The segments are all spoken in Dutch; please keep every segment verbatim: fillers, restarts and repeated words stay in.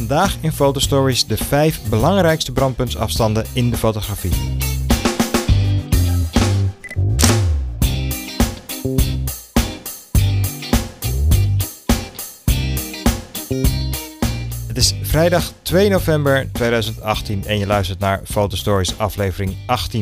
Vandaag in Fotostories de vijf belangrijkste brandpuntsafstanden in de fotografie. Het is vrijdag twee november tweeduizend achttien en je luistert naar Fotostories aflevering achttien.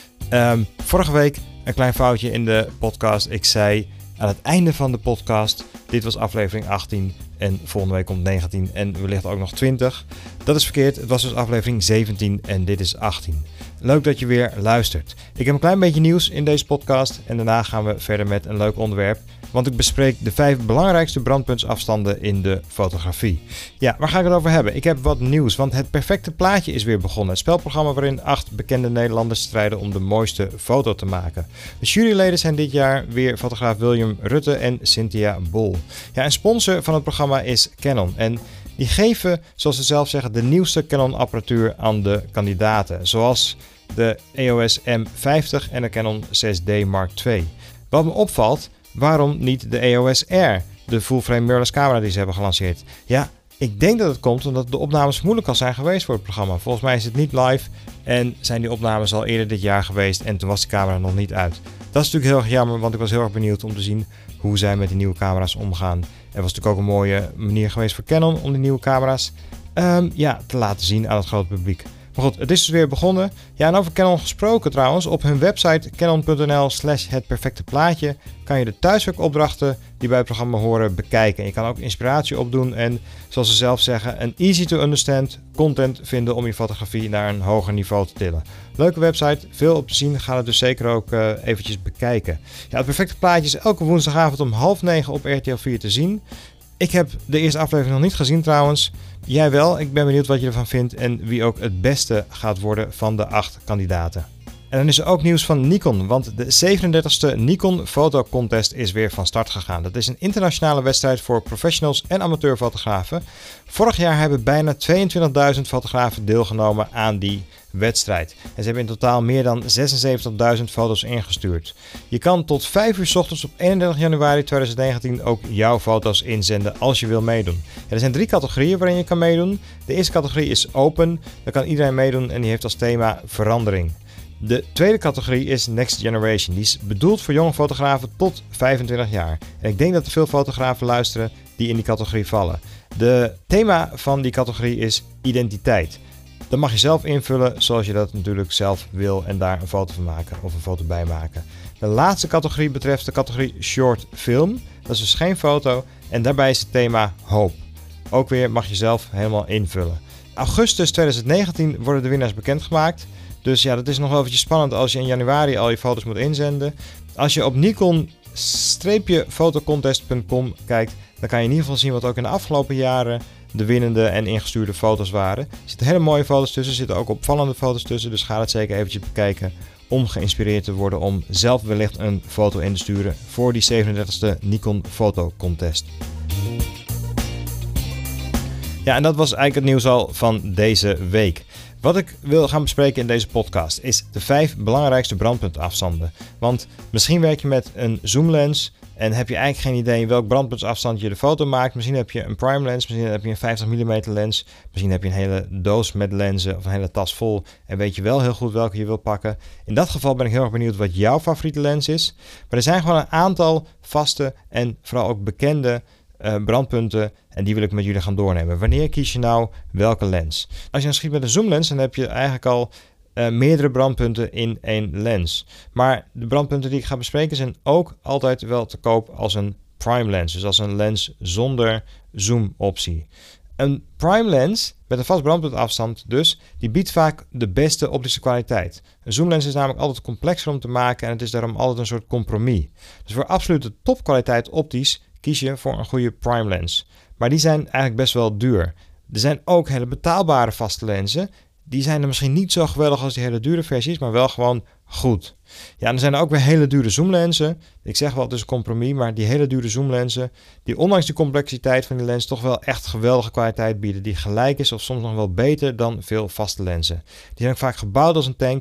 Um, vorige week een klein foutje in de podcast. Ik zei aan het einde van de podcast, dit was aflevering achttien en volgende week komt negentien en wellicht ook nog twintig. Dat is verkeerd, het was dus aflevering zeventien en dit is achttien. Leuk dat je weer luistert. Ik heb een klein beetje nieuws in deze podcast en daarna gaan we verder met een leuk onderwerp. Want ik bespreek de vijf belangrijkste brandpuntsafstanden in de fotografie. Ja, waar ga ik het over hebben? Ik heb wat nieuws, want Het Perfecte Plaatje is weer begonnen. Het spelprogramma waarin acht bekende Nederlanders strijden om de mooiste foto te maken. De juryleden zijn dit jaar weer fotograaf William Rutte en Cynthia Bol. Ja, en sponsor van het programma is Canon. En die geven, zoals ze zelf zeggen, de nieuwste Canon apparatuur aan de kandidaten. Zoals de E O S M vijftig en de Canon zes D Mark twee. Wat me opvalt, waarom niet de E O S R, de full-frame mirrorless camera die ze hebben gelanceerd? Ja, ik denk dat het komt omdat de opnames moeilijk al zijn geweest voor het programma. Volgens mij is het niet live en zijn die opnames al eerder dit jaar geweest en toen was de camera nog niet uit. Dat is natuurlijk heel erg jammer, want ik was heel erg benieuwd om te zien hoe zij met die nieuwe camera's omgaan. Er was natuurlijk ook een mooie manier geweest voor Canon om die nieuwe camera's um, ja, te laten zien aan het grote publiek. Maar goed, het is dus weer begonnen. Ja, en over Canon gesproken trouwens. Op hun website canon.nl slash het perfecte plaatje kan je de thuiswerkopdrachten die bij het programma horen bekijken. En je kan ook inspiratie opdoen en, zoals ze zelf zeggen, een easy to understand content vinden om je fotografie naar een hoger niveau te tillen. Leuke website, veel op te zien. Ga het dus zeker ook uh, eventjes bekijken. Ja, het perfecte plaatje is elke woensdagavond om half negen op R T L vier te zien. Ik heb de eerste aflevering nog niet gezien trouwens. Jij wel. Ik ben benieuwd wat je ervan vindt en wie ook het beste gaat worden van de acht kandidaten. En dan is er ook nieuws van Nikon, want de zevenendertigste Nikon Photo Contest is weer van start gegaan. Dat is een internationale wedstrijd voor professionals en amateurfotografen. Vorig jaar hebben bijna tweeëntwintigduizend fotografen deelgenomen aan die wedstrijd. En ze hebben in totaal meer dan zesenzeventigduizend foto's ingestuurd. Je kan tot vijf uur 's ochtends op eenendertig januari tweeduizend negentien ook jouw foto's inzenden als je wil meedoen. Ja, er zijn drie categorieën waarin je kan meedoen. De eerste categorie is open. Daar kan iedereen meedoen en die heeft als thema verandering. De tweede categorie is Next Generation. Die is bedoeld voor jonge fotografen tot vijfentwintig jaar. En ik denk dat er veel fotografen luisteren die in die categorie vallen. De thema van die categorie is identiteit. Dat mag je zelf invullen zoals je dat natuurlijk zelf wil en daar een foto van maken of een foto bij maken. De laatste categorie betreft de categorie Short Film. Dat is dus geen foto en daarbij is het thema hoop. Ook weer mag je zelf helemaal invullen. Augustus tweeduizend negentien worden de winnaars bekendgemaakt. Dus ja, dat is nog wel eventjes spannend als je in januari al je foto's moet inzenden. Als je op nikon fotocontest punt com kijkt, dan kan je in ieder geval zien wat ook in de afgelopen jaren de winnende en ingestuurde foto's waren. Er zitten hele mooie foto's tussen, er zitten ook opvallende foto's tussen. Dus ga het zeker eventjes bekijken om geïnspireerd te worden om zelf wellicht een foto in te sturen voor die zevenendertigste Nikon Photo Contest. Ja, en dat was eigenlijk het nieuws al van deze week. Wat ik wil gaan bespreken in deze podcast is de vijf belangrijkste brandpuntafstanden. Want misschien werk je met een zoomlens en heb je eigenlijk geen idee welk brandpuntsafstand je de foto maakt. Misschien heb je een prime lens, misschien heb je een vijftig millimeter lens. Misschien heb je een hele doos met lenzen of een hele tas vol en weet je wel heel goed welke je wil pakken. In dat geval ben ik heel erg benieuwd wat jouw favoriete lens is. Maar er zijn gewoon een aantal vaste en vooral ook bekende Uh, brandpunten en die wil ik met jullie gaan doornemen. Wanneer kies je nou welke lens? Als je dan schiet met een zoomlens, dan heb je eigenlijk al uh, meerdere brandpunten in één lens. Maar de brandpunten die ik ga bespreken zijn ook altijd wel te koop als een prime lens. Dus als een lens zonder zoom optie. Een prime lens met een vast brandpuntafstand dus, die biedt vaak de beste optische kwaliteit. Een zoomlens is namelijk altijd complexer om te maken en het is daarom altijd een soort compromis. Dus voor absolute topkwaliteit optisch kies je voor een goede prime lens. Maar die zijn eigenlijk best wel duur. Er zijn ook hele betaalbare vaste lenzen. Die zijn er misschien niet zo geweldig als die hele dure versies, maar wel gewoon goed. Ja, en er zijn ook weer hele dure zoomlenzen. Ik zeg wel, het is een compromis, maar die hele dure zoomlenzen, die ondanks de complexiteit van die lens toch wel echt geweldige kwaliteit bieden, die gelijk is of soms nog wel beter dan veel vaste lenzen. Die zijn ook vaak gebouwd als een tank.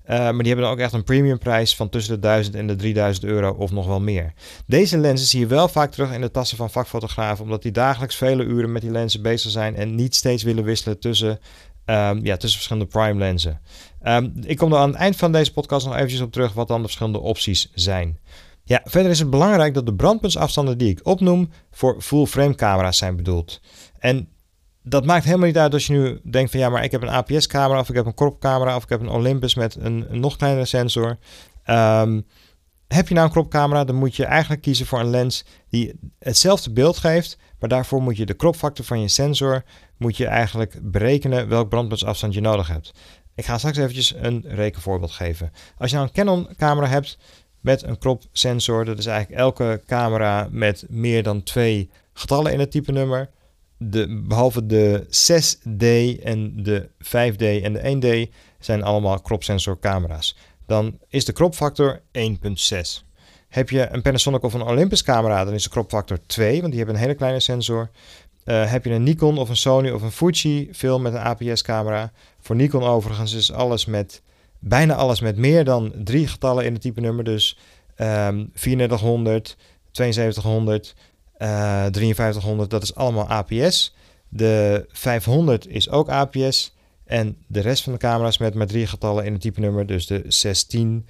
Uh, maar die hebben dan ook echt een premium prijs van tussen de duizend en de drieduizend euro of nog wel meer. Deze lenzen zie je wel vaak terug in de tassen van vakfotografen, omdat die dagelijks vele uren met die lenzen bezig zijn en niet steeds willen wisselen tussen, um, ja, tussen verschillende prime lenzen. Um, ik kom er aan het eind van deze podcast nog eventjes op terug wat dan de verschillende opties zijn. Ja, verder is het belangrijk dat de brandpuntsafstanden die ik opnoem voor full frame camera's zijn bedoeld. En dat maakt helemaal niet uit als je nu denkt van ja, maar ik heb een A P S camera of ik heb een crop camera of ik heb een Olympus met een, een nog kleinere sensor. Um, heb je nou een crop camera, dan moet je eigenlijk kiezen voor een lens die hetzelfde beeld geeft, maar daarvoor moet je de cropfactor van je sensor moet je eigenlijk berekenen welk brandpuntsafstand je nodig hebt. Ik ga straks eventjes een rekenvoorbeeld geven. Als je nou een Canon camera hebt met een crop sensor, dat is eigenlijk elke camera met meer dan twee getallen in het type nummer. De, behalve de zes D en de vijf D en de één D zijn allemaal crop sensor camera's. Dan is de cropfactor één komma zes. Heb je een Panasonic of een Olympus camera, dan is de cropfactor twee, want die hebben een hele kleine sensor. Uh, heb je een Nikon of een Sony of een Fuji film met een A P S camera. Voor Nikon overigens is alles met, bijna alles met meer dan drie getallen in het type nummer. Dus um, vierentwintig honderd, tweeënzeventig honderd, uh, drieënvijftig honderd, dat is allemaal A P S. De vijfhonderd is ook A P S. En de rest van de camera's met maar drie getallen in het type nummer. Dus de zestien,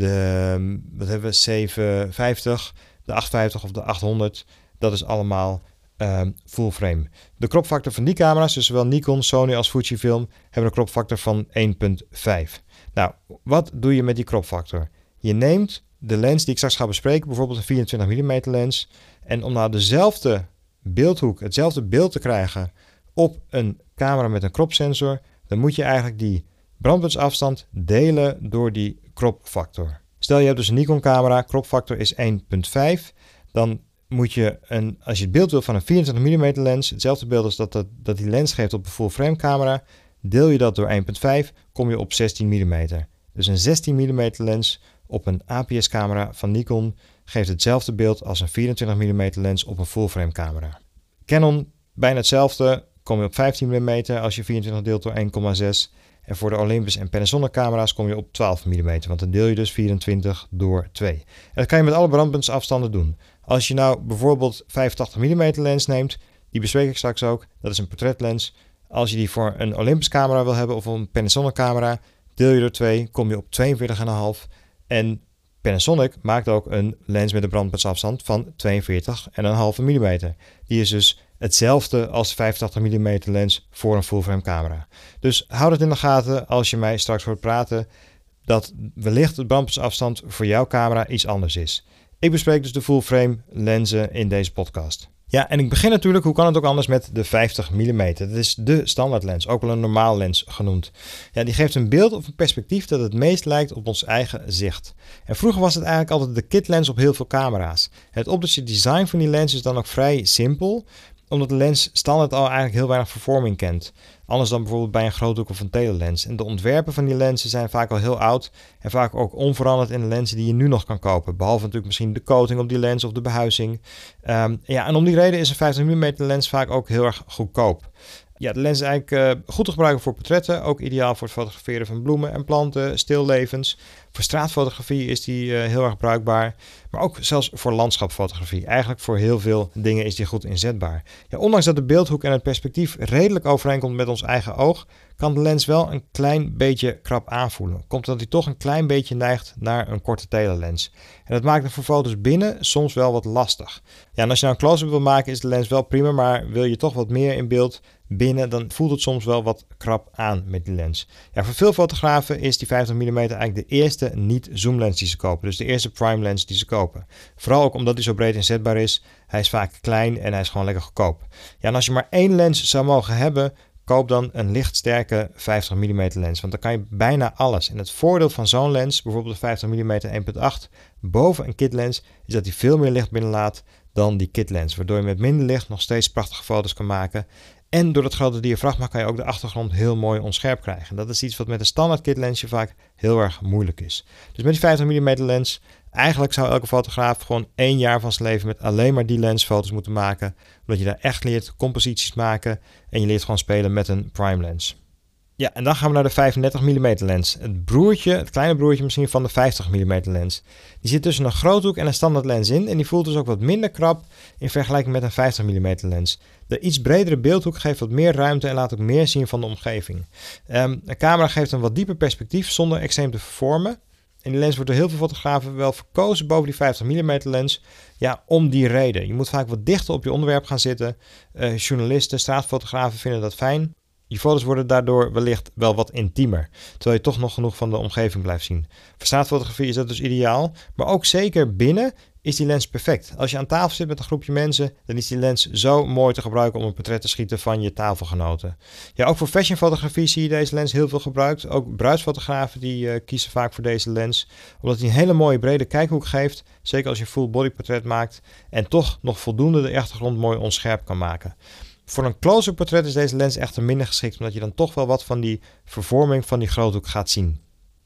de wat hebben we, zevenhonderdvijftig, de achthonderdvijftig of de achthonderd. Dat is allemaal um, full frame. De cropfactor van die camera's, dus zowel Nikon, Sony als Fujifilm, hebben een cropfactor van één komma vijf. Nou, wat doe je met die cropfactor? Je neemt de lens die ik straks ga bespreken, bijvoorbeeld een vierentwintig millimeter lens. En om nou dezelfde beeldhoek, hetzelfde beeld te krijgen op een camera met een crop sensor, dan moet je eigenlijk die brandpuntsafstand delen door die cropfactor. Stel je hebt dus een Nikon camera, cropfactor is één komma vijf, dan moet je, een, als je het beeld wilt van een vierentwintig millimeter lens, hetzelfde beeld als dat, dat, dat die lens geeft op een full frame camera, deel je dat door één komma vijf, kom je op zestien millimeter. Dus een zestien millimeter lens op een A P S camera van Nikon geeft hetzelfde beeld als een vierentwintig millimeter lens op een full frame camera. Canon bijna hetzelfde, kom je op vijftien millimeter als je vierentwintig deelt door één komma zes. En voor de Olympus en Panasonic camera's kom je op twaalf millimeter, want dan deel je dus vierentwintig door twee. En dat kan je met alle brandpuntsafstanden doen. Als je nou bijvoorbeeld vijfentachtig millimeter lens neemt, die bespreek ik straks ook, dat is een portretlens. Als je die voor een Olympus camera wil hebben of een Panasonic camera, deel je door twee, kom je op tweeënveertig komma vijf. En Panasonic maakt ook een lens met een brandpuntsafstand van tweeënveertig komma vijf millimeter. Die is dus hetzelfde als de vijfentachtig millimeter lens voor een full-frame camera. Dus houd het in de gaten als je mij straks hoort praten, dat wellicht de brandpuntsafstand voor jouw camera iets anders is. Ik bespreek dus de full-frame lenzen in deze podcast. Ja, en ik begin natuurlijk, hoe kan het ook anders, met de vijftig millimeter. Dat is de standaardlens, ook wel een normaal lens genoemd. Ja, die geeft een beeld of een perspectief dat het meest lijkt op ons eigen zicht. En vroeger was het eigenlijk altijd de kitlens op heel veel camera's. Het optische design van die lens is dan ook vrij simpel, omdat de lens standaard al eigenlijk heel weinig vervorming kent. Anders dan bijvoorbeeld bij een groothoek of een telelens. En de ontwerpen van die lenzen zijn vaak al heel oud en vaak ook onveranderd in de lenzen die je nu nog kan kopen. Behalve natuurlijk misschien de coating op die lens of de behuizing. Um, ja, en om die reden is een vijftig millimeter lens vaak ook heel erg goedkoop. Ja, de lens is eigenlijk uh, goed te gebruiken voor portretten. Ook ideaal voor het fotograferen van bloemen en planten, stillevens. Voor straatfotografie is die uh, heel erg bruikbaar. Maar ook zelfs voor landschapfotografie. Eigenlijk voor heel veel dingen is die goed inzetbaar. Ja, ondanks dat de beeldhoek en het perspectief redelijk overeenkomt met ons eigen oog, kan de lens wel een klein beetje krap aanvoelen. Komt dat hij toch een klein beetje neigt naar een korte telelens. En dat maakt het voor foto's binnen soms wel wat lastig. Ja, en als je nou een close-up wil maken is de lens wel prima, maar wil je toch wat meer in beeld binnen, dan voelt het soms wel wat krap aan met die lens. Ja, voor veel fotografen is die vijftig millimeter eigenlijk de eerste niet-zoomlens die ze kopen. Dus de eerste prime lens die ze kopen. Vooral ook omdat hij zo breed inzetbaar is. Hij is vaak klein en hij is gewoon lekker goedkoop. Ja, en als je maar één lens zou mogen hebben, koop dan een lichtsterke vijftig millimeter lens. Want dan kan je bijna alles. En het voordeel van zo'n lens, bijvoorbeeld de vijftig millimeter één komma acht, boven een kitlens, is dat hij veel meer licht binnenlaat dan die kitlens. Waardoor je met minder licht nog steeds prachtige foto's kan maken. En door het grote diafragma kan je ook de achtergrond heel mooi onscherp krijgen. Dat is iets wat met een standaard kitlensje vaak heel erg moeilijk is. Dus met die vijftig millimeter lens, eigenlijk zou elke fotograaf gewoon één jaar van zijn leven met alleen maar die lens foto's moeten maken. Omdat je daar echt leert composities maken en je leert gewoon spelen met een prime lens. Ja, en dan gaan we naar de vijfendertig millimeter lens. Het broertje, het kleine broertje misschien van de vijftig millimeter lens. Die zit tussen een groothoek en een standaard lens in en die voelt dus ook wat minder krap in vergelijking met een vijftig millimeter lens. De iets bredere beeldhoek geeft wat meer ruimte en laat ook meer zien van de omgeving. Um, de camera geeft een wat dieper perspectief zonder extreem te vervormen. En die lens wordt door heel veel fotografen wel verkozen boven die vijftig millimeter lens. Ja, om die reden. Je moet vaak wat dichter op je onderwerp gaan zitten. Uh, journalisten, straatfotografen vinden dat fijn. Je foto's worden daardoor wellicht wel wat intiemer, terwijl je toch nog genoeg van de omgeving blijft zien. Voor straatfotografie is dat dus ideaal, maar ook zeker binnen is die lens perfect. Als je aan tafel zit met een groepje mensen, dan is die lens zo mooi te gebruiken om een portret te schieten van je tafelgenoten. Ja, ook voor fashionfotografie zie je deze lens heel veel gebruikt. Ook bruidsfotografen die uh, kiezen vaak voor deze lens, omdat hij een hele mooie brede kijkhoek geeft, zeker als je full body portret maakt en toch nog voldoende de achtergrond mooi onscherp kan maken. Voor een close-up portret is deze lens echter minder geschikt, omdat je dan toch wel wat van die vervorming van die groothoek gaat zien.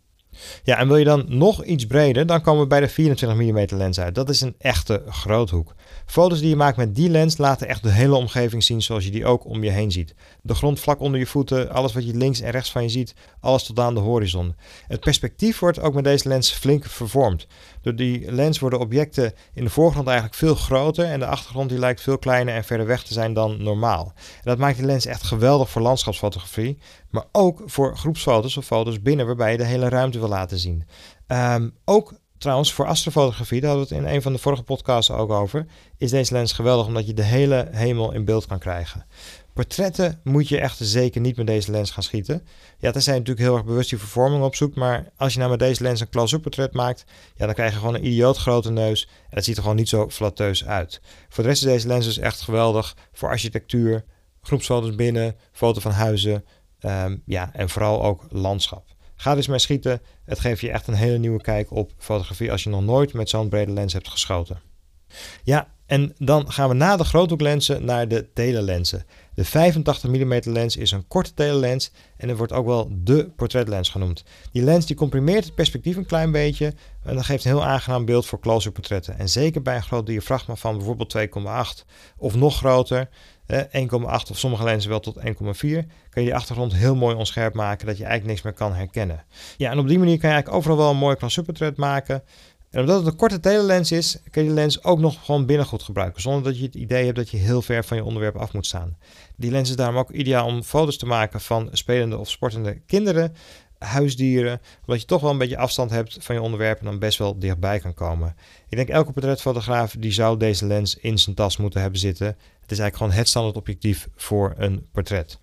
Ja, en wil je dan nog iets breder, dan komen we bij de vierentwintig millimeter lens uit. Dat is een echte groothoek. Foto's die je maakt met die lens laten echt de hele omgeving zien zoals je die ook om je heen ziet. De grond vlak onder je voeten, alles wat je links en rechts van je ziet, alles tot aan de horizon. Het perspectief wordt ook met deze lens flink vervormd. Door die lens worden objecten in de voorgrond eigenlijk veel groter en de achtergrond die lijkt veel kleiner en verder weg te zijn dan normaal. En dat maakt die lens echt geweldig voor landschapsfotografie, maar ook voor groepsfoto's of foto's binnen waarbij je de hele ruimte wil laten zien. Um, ook trouwens voor astrofotografie, daar hadden we het in een van de vorige podcasts ook over, is deze lens geweldig omdat je de hele hemel in beeld kan krijgen. Portretten moet je echt zeker niet met deze lens gaan schieten. Ja, tenzij je natuurlijk heel erg bewust die vervorming opzoekt, maar als je nou met deze lens een close-up portret maakt, ja, dan krijg je gewoon een idioot grote neus en dat ziet er gewoon niet zo flatteus uit. Voor de rest is deze lens dus echt geweldig voor architectuur, groepsfoto's binnen, foto van huizen, um, ja, en vooral ook landschap. Ga dus mee schieten. Het geeft je echt een hele nieuwe kijk op fotografie als je nog nooit met zo'n brede lens hebt geschoten. Ja, en dan gaan we na de groothoeklenzen naar de telelenzen. De vijfentachtig millimeter lens is een korte telelens en het wordt ook wel de portretlens genoemd. Die lens die comprimeert het perspectief een klein beetje en dat geeft een heel aangenaam beeld voor close-up portretten. En zeker bij een groot diafragma van bijvoorbeeld twee komma acht of nog groter, één komma acht of sommige lenzen wel tot één komma vier, kan je die achtergrond heel mooi onscherp maken dat je eigenlijk niks meer kan herkennen. Ja, en op die manier kan je eigenlijk overal wel een mooi close-up portret maken. En omdat het een korte telelens is, kun je de lens ook nog gewoon binnen goed gebruiken, zonder dat je het idee hebt dat je heel ver van je onderwerp af moet staan. Die lens is daarom ook ideaal om foto's te maken van spelende of sportende kinderen, huisdieren, omdat je toch wel een beetje afstand hebt van je onderwerp en dan best wel dichtbij kan komen. Ik denk elke portretfotograaf die zou deze lens in zijn tas moeten hebben zitten. Het is eigenlijk gewoon het standaard objectief voor een portret.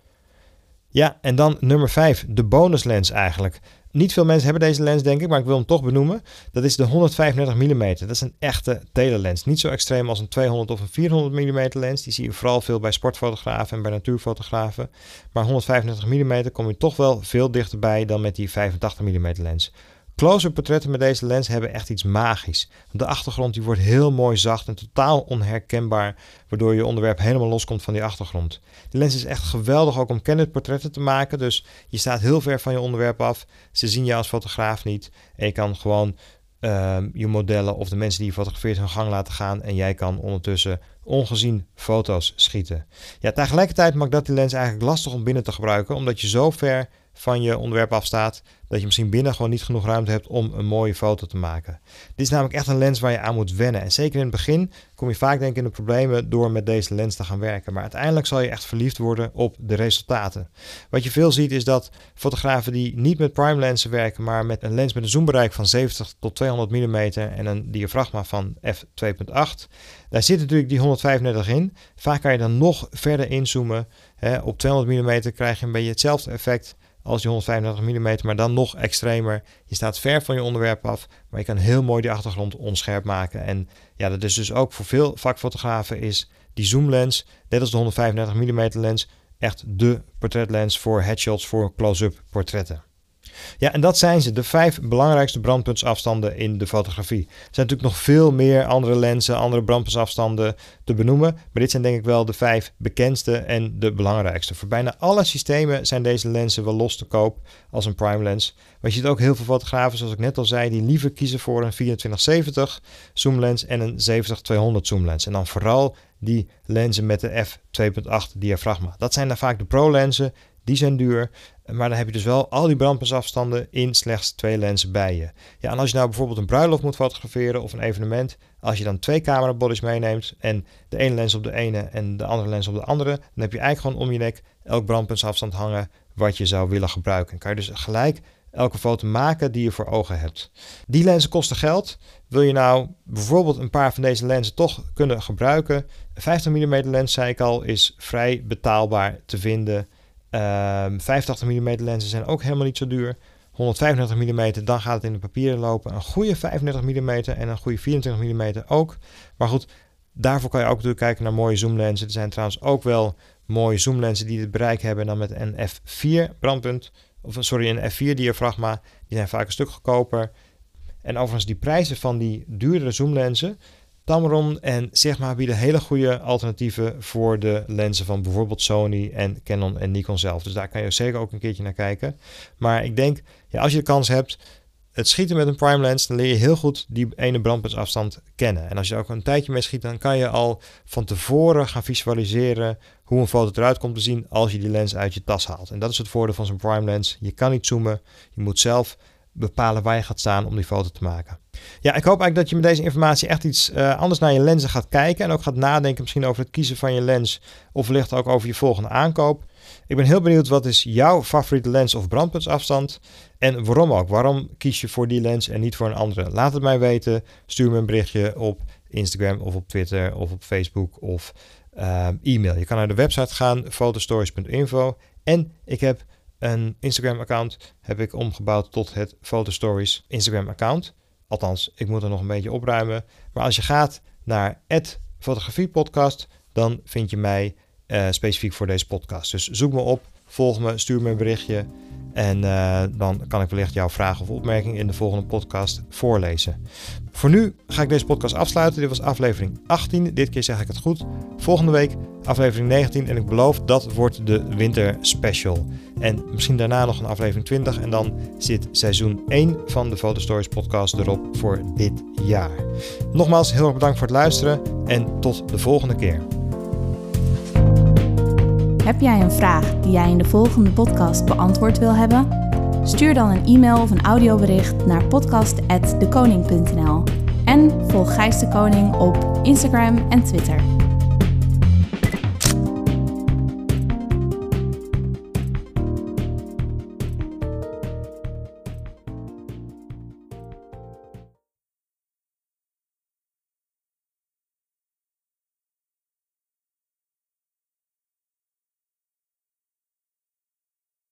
Ja, en dan nummer vijf, de bonuslens eigenlijk. Niet veel mensen hebben deze lens, denk ik, maar ik wil hem toch benoemen. Dat is de honderdvijfendertig millimeter. Dat is een echte telelens. Niet zo extreem als een tweehonderd of een vierhonderd millimeter lens. Die zie je vooral veel bij sportfotografen en bij natuurfotografen. Maar honderdvijfendertig millimeter kom je toch wel veel dichterbij dan met die vijfentachtig millimeter lens. Close-up portretten met deze lens hebben echt iets magisch. De achtergrond die wordt heel mooi zacht en totaal onherkenbaar, waardoor je onderwerp helemaal loskomt van die achtergrond. De lens is echt geweldig ook om candid portretten te maken, dus je staat heel ver van je onderwerp af. Ze zien je als fotograaf niet en je kan gewoon uh, je modellen of de mensen die je fotografeert hun gang laten gaan en jij kan ondertussen ongezien foto's schieten. Ja, tegelijkertijd maakt dat die lens eigenlijk lastig om binnen te gebruiken, omdat je zo ver van je onderwerp afstaat dat je misschien binnen gewoon niet genoeg ruimte hebt om een mooie foto te maken. Dit is namelijk echt een lens waar je aan moet wennen. En zeker in het begin kom je vaak denk ik in de problemen door met deze lens te gaan werken. Maar uiteindelijk zal je echt verliefd worden op de resultaten. Wat je veel ziet is dat fotografen die niet met prime lenzen werken, maar met een lens met een zoombereik van zeventig tot tweehonderd millimeter en een diafragma van f twee komma acht. Daar zit natuurlijk die honderdvijfendertig in. Vaak kan je dan nog verder inzoomen. He, op tweehonderd millimeter krijg je een beetje hetzelfde effect als die honderdvijfendertig millimeter, maar dan nog extremer. Je staat ver van je onderwerp af, maar je kan heel mooi die achtergrond onscherp maken. En ja, dat is dus ook voor veel vakfotografen is die zoomlens, net als de honderdvijfendertig millimeter lens, echt de portretlens voor headshots, voor close-up portretten. Ja, en dat zijn ze, de vijf belangrijkste brandpuntsafstanden in de fotografie. Er zijn natuurlijk nog veel meer andere lenzen, andere brandpuntsafstanden te benoemen, maar dit zijn denk ik wel de vijf bekendste en de belangrijkste. Voor bijna alle systemen zijn deze lenzen wel los te koop als een prime lens. Maar je ziet ook heel veel fotografen, zoals ik net al zei, die liever kiezen voor een vierentwintig zeventig zoomlens en een zeventig tweehonderd zoomlens. En dan vooral die lenzen met de f twee komma acht diafragma. Dat zijn dan vaak de pro lenzen die zijn duur. Maar dan heb je dus wel al die brandpuntsafstanden in slechts twee lenzen bij je. Ja, en als je nou bijvoorbeeld een bruiloft moet fotograferen of een evenement, als je dan twee camerabodies meeneemt en de ene lens op de ene en de andere lens op de andere, dan heb je eigenlijk gewoon om je nek elk brandpuntsafstand hangen wat je zou willen gebruiken. En kan je dus gelijk elke foto maken die je voor ogen hebt. Die lenzen kosten geld. Wil je nou bijvoorbeeld een paar van deze lenzen toch kunnen gebruiken? Een vijftig millimeter lens, zei ik al, is vrij betaalbaar te vinden. Um, vijfentachtig millimeter lenzen zijn ook helemaal niet zo duur. honderdvijfendertig millimeter, dan gaat het in de papieren lopen. Een goede vijfendertig millimeter en een goede vierentwintig millimeter ook. Maar goed, daarvoor kan je ook natuurlijk kijken naar mooie zoomlenzen. Er zijn trouwens ook wel mooie zoomlenzen die het bereik hebben dan met een F vier brandpunt. Of sorry, een F vier diafragma. Die zijn vaak een stuk goedkoper. En overigens die prijzen van die duurdere zoomlenzen, Tamron en Sigma bieden hele goede alternatieven voor de lenzen van bijvoorbeeld Sony en Canon en Nikon zelf. Dus daar kan je zeker ook een keertje naar kijken. Maar ik denk, ja, als je de kans hebt, het schieten met een prime lens, dan leer je heel goed die ene brandpuntsafstand kennen. En als je er ook een tijdje mee schiet, dan kan je al van tevoren gaan visualiseren hoe een foto eruit komt te zien als je die lens uit je tas haalt. En dat is het voordeel van zo'n prime lens. Je kan niet zoomen, je moet zelf bepalen waar je gaat staan om die foto te maken. Ja, ik hoop eigenlijk dat je met deze informatie echt iets uh, anders naar je lenzen gaat kijken en ook gaat nadenken misschien over het kiezen van je lens of wellicht ook over je volgende aankoop. Ik ben heel benieuwd, wat is jouw favoriete lens of brandpuntsafstand en waarom ook? Waarom kies je voor die lens en niet voor een andere? Laat het mij weten. Stuur me een berichtje op Instagram of op Twitter of op Facebook of uh, e-mail. Je kan naar de website gaan, fotostories punt info, en ik heb een Instagram-account heb ik omgebouwd tot het Fotostories Instagram-account. Althans, ik moet er nog een beetje opruimen. Maar als je gaat naar at fotografiepodcast, dan vind je mij uh, specifiek voor deze podcast. Dus zoek me op, volg me, stuur me een berichtje. En uh, dan kan ik wellicht jouw vragen of opmerkingen in de volgende podcast voorlezen. Voor nu ga ik deze podcast afsluiten. Dit was aflevering achttien. Dit keer zeg ik het goed. Volgende week aflevering negentien. En ik beloof, dat wordt de winter special. En misschien daarna nog een aflevering twintig. En dan zit seizoen één van de Fotostories podcast erop voor dit jaar. Nogmaals, heel erg bedankt voor het luisteren. En tot de volgende keer. Heb jij een vraag die jij in de volgende podcast beantwoord wil hebben? Stuur dan een e-mail of een audiobericht naar podcast at dekoning punt n l en volg Gijs de Koning op Instagram en Twitter.